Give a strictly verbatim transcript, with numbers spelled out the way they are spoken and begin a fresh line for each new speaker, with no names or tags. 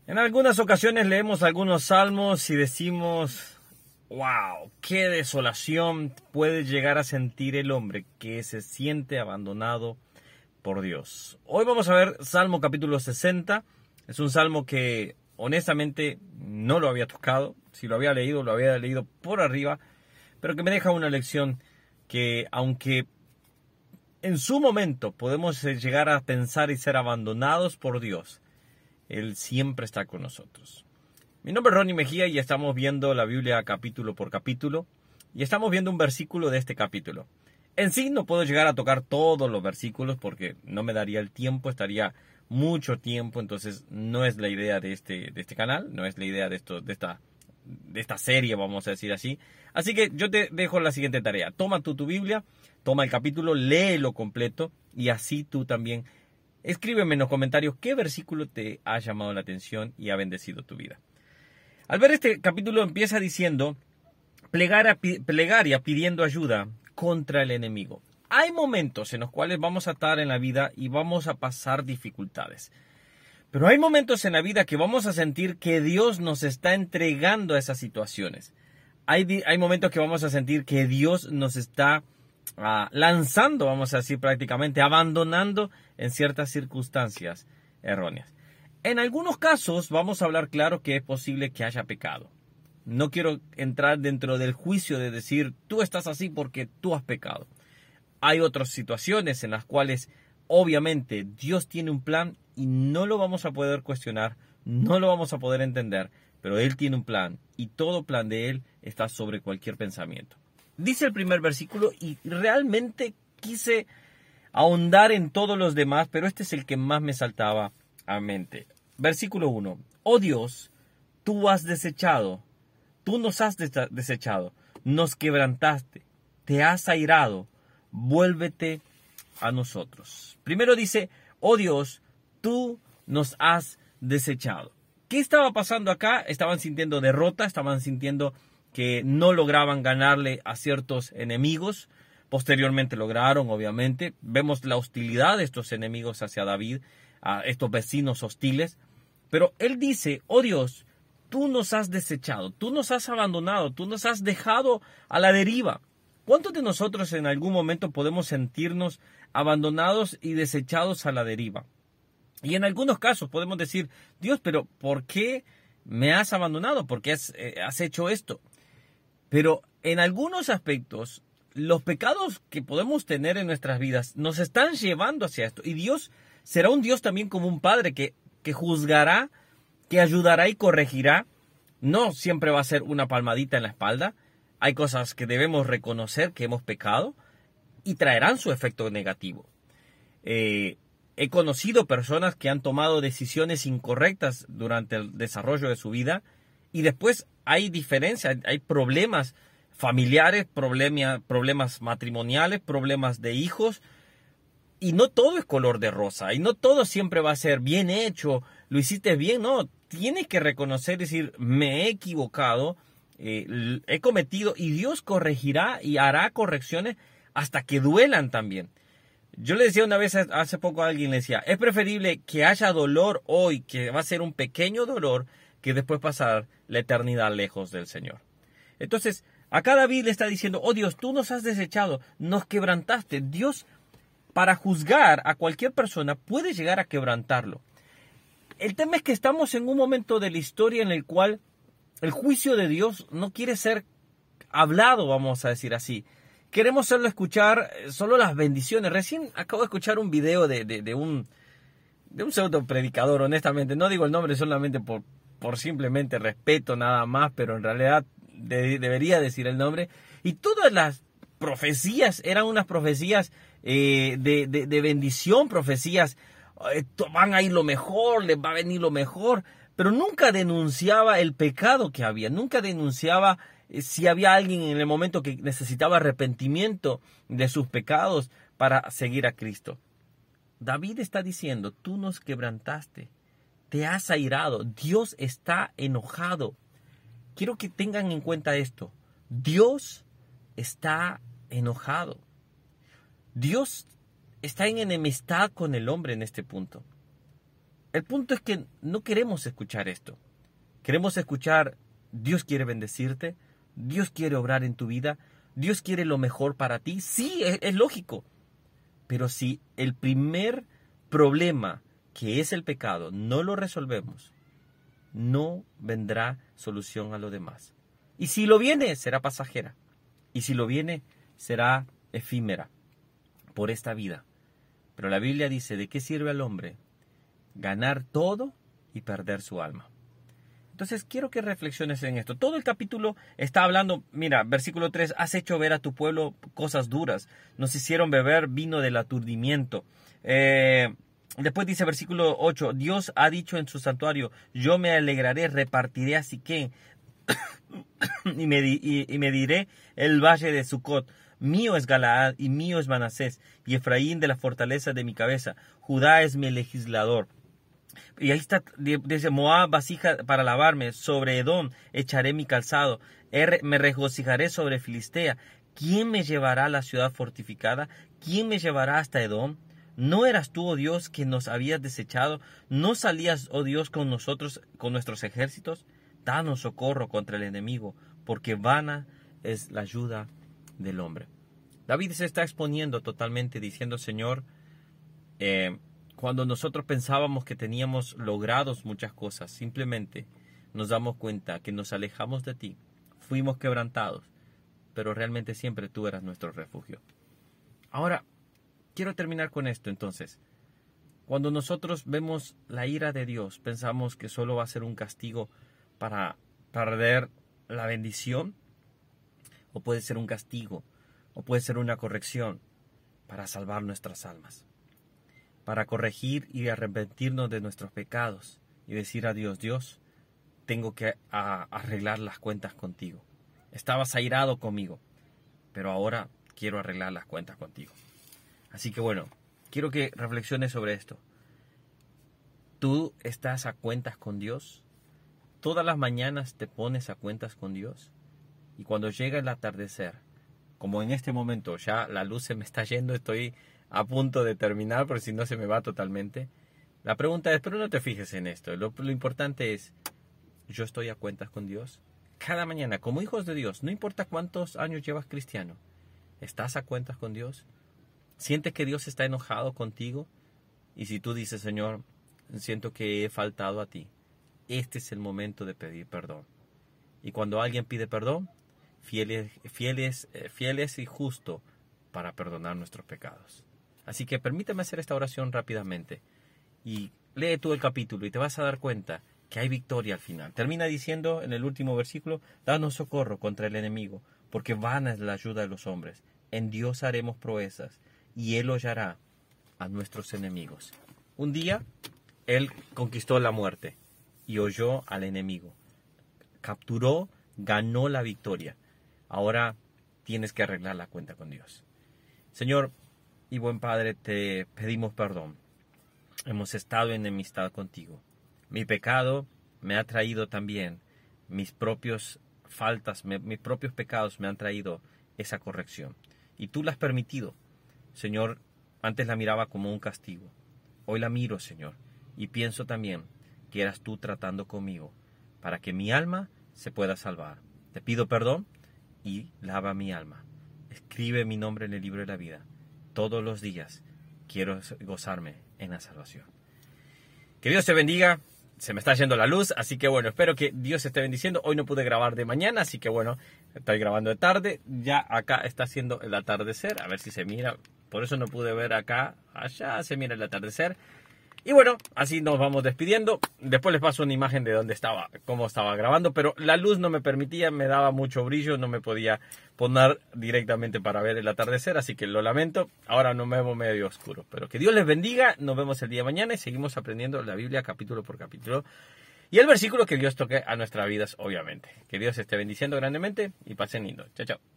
En algunas ocasiones leemos algunos salmos y decimos, wow, qué desolación puede llegar a sentir el hombre que se siente abandonado por Dios. Hoy vamos a ver Salmo capítulo sesenta. Es un salmo que honestamente no lo había tocado. Si lo había leído, lo había leído por arriba, pero que me deja una lección que, aunque en su momento podemos llegar a pensar y ser abandonados por Dios, Él siempre está con nosotros. Mi nombre es Ronnie Mejía y estamos viendo la Biblia capítulo por capítulo. Y estamos viendo un versículo de este capítulo. En sí no puedo llegar a tocar todos los versículos porque no me daría el tiempo, estaría mucho tiempo. Entonces no es la idea de este, de este canal, no es la idea de, esto, de, esta, de esta serie, vamos a decir así. Así que yo te dejo la siguiente tarea. Toma tú tu Biblia, toma el capítulo, léelo completo y así tú también. Escríbeme en los comentarios qué versículo te ha llamado la atención y ha bendecido tu vida. Al ver este capítulo empieza diciendo, plegaria, plegaria pidiendo ayuda contra el enemigo. Hay momentos en los cuales vamos a estar en la vida y vamos a pasar dificultades. Pero hay momentos en la vida que vamos a sentir que Dios nos está entregando a esas situaciones. Hay, hay momentos que vamos a sentir que Dios nos está Uh, lanzando, vamos a decir prácticamente, abandonando en ciertas circunstancias erróneas. En algunos casos vamos a hablar claro que es posible que haya pecado. No quiero entrar dentro del juicio de decir tú estás así porque tú has pecado. Hay otras situaciones en las cuales obviamente Dios tiene un plan y no lo vamos a poder cuestionar, no lo vamos a poder entender, pero Él tiene un plan y todo plan de Él está sobre cualquier pensamiento. Dice el primer versículo y realmente quise ahondar en todos los demás, pero este es el que más me saltaba a mente. Versículo uno. Oh Dios, tú has desechado, tú nos has desechado, nos quebrantaste, te has airado, vuélvete a nosotros. Primero dice, oh Dios, tú nos has desechado. ¿Qué estaba pasando acá? Estaban sintiendo derrota, estaban sintiendo que no lograban ganarle a ciertos enemigos. Posteriormente lograron, obviamente. Vemos la hostilidad de estos enemigos hacia David, a estos vecinos hostiles. Pero él dice, oh Dios, tú nos has desechado, tú nos has abandonado, tú nos has dejado a la deriva. ¿Cuántos de nosotros en algún momento podemos sentirnos abandonados y desechados a la deriva? Y en algunos casos podemos decir, Dios, pero ¿por qué me has abandonado? ¿Por qué has, eh, has hecho esto? Pero en algunos aspectos, los pecados que podemos tener en nuestras vidas nos están llevando hacia esto. Y Dios será un Dios también como un padre que, que juzgará, que ayudará y corregirá. No siempre va a ser una palmadita en la espalda. Hay cosas que debemos reconocer que hemos pecado y traerán su efecto negativo. Eh, he conocido personas que han tomado decisiones incorrectas durante el desarrollo de su vida y después hay diferencias, hay problemas familiares, problema, problemas matrimoniales, problemas de hijos. Y no todo es color de rosa. Y no todo siempre va a ser bien hecho, lo hiciste bien. No, tienes que reconocer, decir, me he equivocado, eh, he cometido. Y Dios corregirá y hará correcciones hasta que duelan también. Yo le decía una vez, hace poco a alguien, le decía, es preferible que haya dolor hoy, que va a ser un pequeño dolor, que después pasar la eternidad lejos del Señor. Entonces, acá David le está diciendo, oh Dios, tú nos has desechado, nos quebrantaste. Dios, para juzgar a cualquier persona, puede llegar a quebrantarlo. El tema es que estamos en un momento de la historia en el cual el juicio de Dios no quiere ser hablado, vamos a decir así. Queremos solo escuchar solo las bendiciones. Recién acabo de escuchar un video de, de, de un, de un pseudo predicador, honestamente. No digo el nombre solamente por... por simplemente respeto nada más, pero en realidad de, debería decir el nombre. Y todas las profecías eran unas profecías eh, de, de, de bendición, profecías, eh, van a ir lo mejor, les va a venir lo mejor, pero nunca denunciaba el pecado que había, nunca denunciaba eh, si había alguien en el momento que necesitaba arrepentimiento de sus pecados para seguir a Cristo. David está diciendo, tú nos quebrantaste. Te has airado. Dios está enojado. Quiero que tengan en cuenta esto. Dios está enojado. Dios está en enemistad con el hombre en este punto. el punto es que no queremos escuchar esto. Queremos escuchar, Dios quiere bendecirte, Dios quiere obrar en tu vida, Dios quiere lo mejor para ti. Sí, es, es lógico. Pero si el primer problema, que es el pecado, no lo resolvemos, no vendrá solución a lo demás. Y si lo viene, será pasajera. Y si lo viene, será efímera por esta vida. Pero la Biblia dice, ¿de qué sirve al hombre ganar todo y perder su alma? Entonces quiero que reflexiones en esto. Todo el capítulo está hablando, mira, versículo tres, has hecho ver a tu pueblo cosas duras, nos hicieron beber vino del aturdimiento. Eh, después dice versículo ocho, Dios ha dicho en su santuario, yo me alegraré, repartiré a Siquén y, me di, y, y me diré el valle de Sucot. Mío es Galaad y mío es Manasés, y Efraín de la fortaleza de mi cabeza. Judá es mi legislador. Y ahí está, dice Moab, vasija para lavarme. Sobre Edom echaré mi calzado. Me regocijaré sobre Filistea. ¿Quién me llevará a la ciudad fortificada? ¿Quién me llevará hasta Edom? ¿No eras tú, oh Dios, que nos habías desechado? ¿No salías, oh Dios, con nosotros, con nuestros ejércitos? Danos socorro contra el enemigo, porque vana es la ayuda del hombre. David se está exponiendo totalmente diciendo, Señor, eh, cuando nosotros pensábamos que teníamos logrados muchas cosas, simplemente nos damos cuenta que nos alejamos de ti, fuimos quebrantados, pero realmente siempre tú eras nuestro refugio. Ahora, quiero terminar con esto entonces. Cuando nosotros vemos la ira de Dios, pensamos que solo va a ser un castigo para perder la bendición, o puede ser un castigo, o puede ser una corrección para salvar nuestras almas, para corregir y arrepentirnos de nuestros pecados y decir a Dios, Dios, tengo que a, arreglar las cuentas contigo. Estabas airado conmigo, pero ahora quiero arreglar las cuentas contigo. Así que bueno, quiero que reflexiones sobre esto. ¿Tú estás a cuentas con Dios? ¿Todas las mañanas te pones a cuentas con Dios? Y cuando llega el atardecer, como en este momento ya la luz se me está yendo, estoy a punto de terminar, porque si no se me va totalmente. La pregunta es, pero no te fijes en esto. Lo, lo importante es, ¿yo estoy a cuentas con Dios? Cada mañana, como hijos de Dios, no importa cuántos años llevas cristiano, ¿estás a cuentas con Dios? ¿Sientes que Dios está enojado contigo? Y si tú dices, Señor, siento que he faltado a ti, este es el momento de pedir perdón. Y cuando alguien pide perdón, fiel es, fiel es, fiel es y justo para perdonar nuestros pecados. Así que permíteme hacer esta oración rápidamente. Y lee tú el capítulo y te vas a dar cuenta que hay victoria al final. Termina diciendo en el último versículo, danos socorro contra el enemigo, porque vana es la ayuda de los hombres. En Dios haremos proezas, y Él hollará a nuestros enemigos. Un día, Él conquistó la muerte y holló al enemigo. Capturó, ganó la victoria. Ahora tienes que arreglar la cuenta con Dios. Señor y buen Padre, te pedimos perdón. Hemos estado en enemistad contigo. Mi pecado me ha traído también mis propios faltas, me, mis propios pecados me han traído esa corrección. Y tú la has permitido. Señor, antes la miraba como un castigo. Hoy la miro, Señor, y pienso también que eras tú tratando conmigo para que mi alma se pueda salvar. Te pido perdón y lava mi alma. Escribe mi nombre en el libro de la vida. Todos los días quiero gozarme en la salvación. Que Dios te bendiga. Se me está yendo la luz, así que bueno, espero que Dios esté bendiciendo. Hoy no pude grabar de mañana, así que bueno, estoy grabando de tarde. Ya acá está haciendo el atardecer, a ver si se mira. Por eso no pude ver acá, allá se mira el atardecer. Y bueno, así nos vamos despidiendo. Después les paso una imagen de dónde estaba, cómo estaba grabando, pero la luz no me permitía, me daba mucho brillo, no me podía poner directamente para ver el atardecer, así que lo lamento. Ahora nos vemos medio oscuro, pero que Dios les bendiga. Nos vemos el día de mañana y seguimos aprendiendo la Biblia capítulo por capítulo y el versículo que Dios toque a nuestras vidas, obviamente. Que Dios esté bendiciendo grandemente y pasen lindo. Chao, chao.